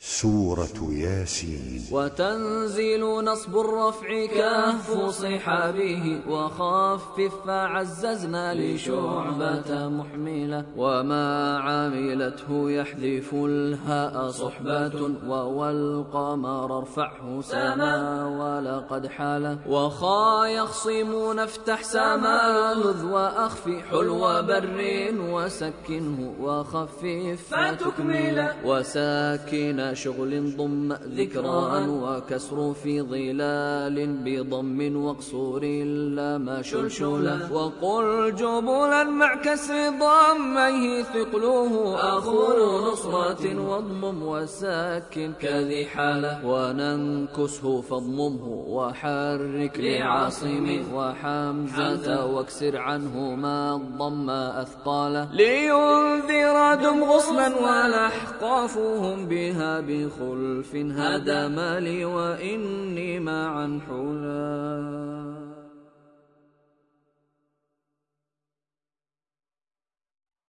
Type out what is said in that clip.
سورة ياسين. وتنزيل نصب الرفع كهف صحابه وخفف فعززنا لشعبة محملة وما عملته يحذف الهاء صحبة والقمر ارفعه سما ولقد حال وخا يخصمون افتح سما لذ وأخفي حلو بر وسكنه وخفف فتكمل وساكن شغل ضم ذكرا وكسر في ظلال بضم وقصور لما شلشلا وقل جبلا مع كسر ضميه ثقله أخو نصرة واضمم وساكن كذي حالة وننكسه فاضممه وحرك لعاصم وحمزة واكسر عنهما الضم أثقالا لينذر دم غصلا ولحقافهم بها بخلف هدم لي وإني معا حلا.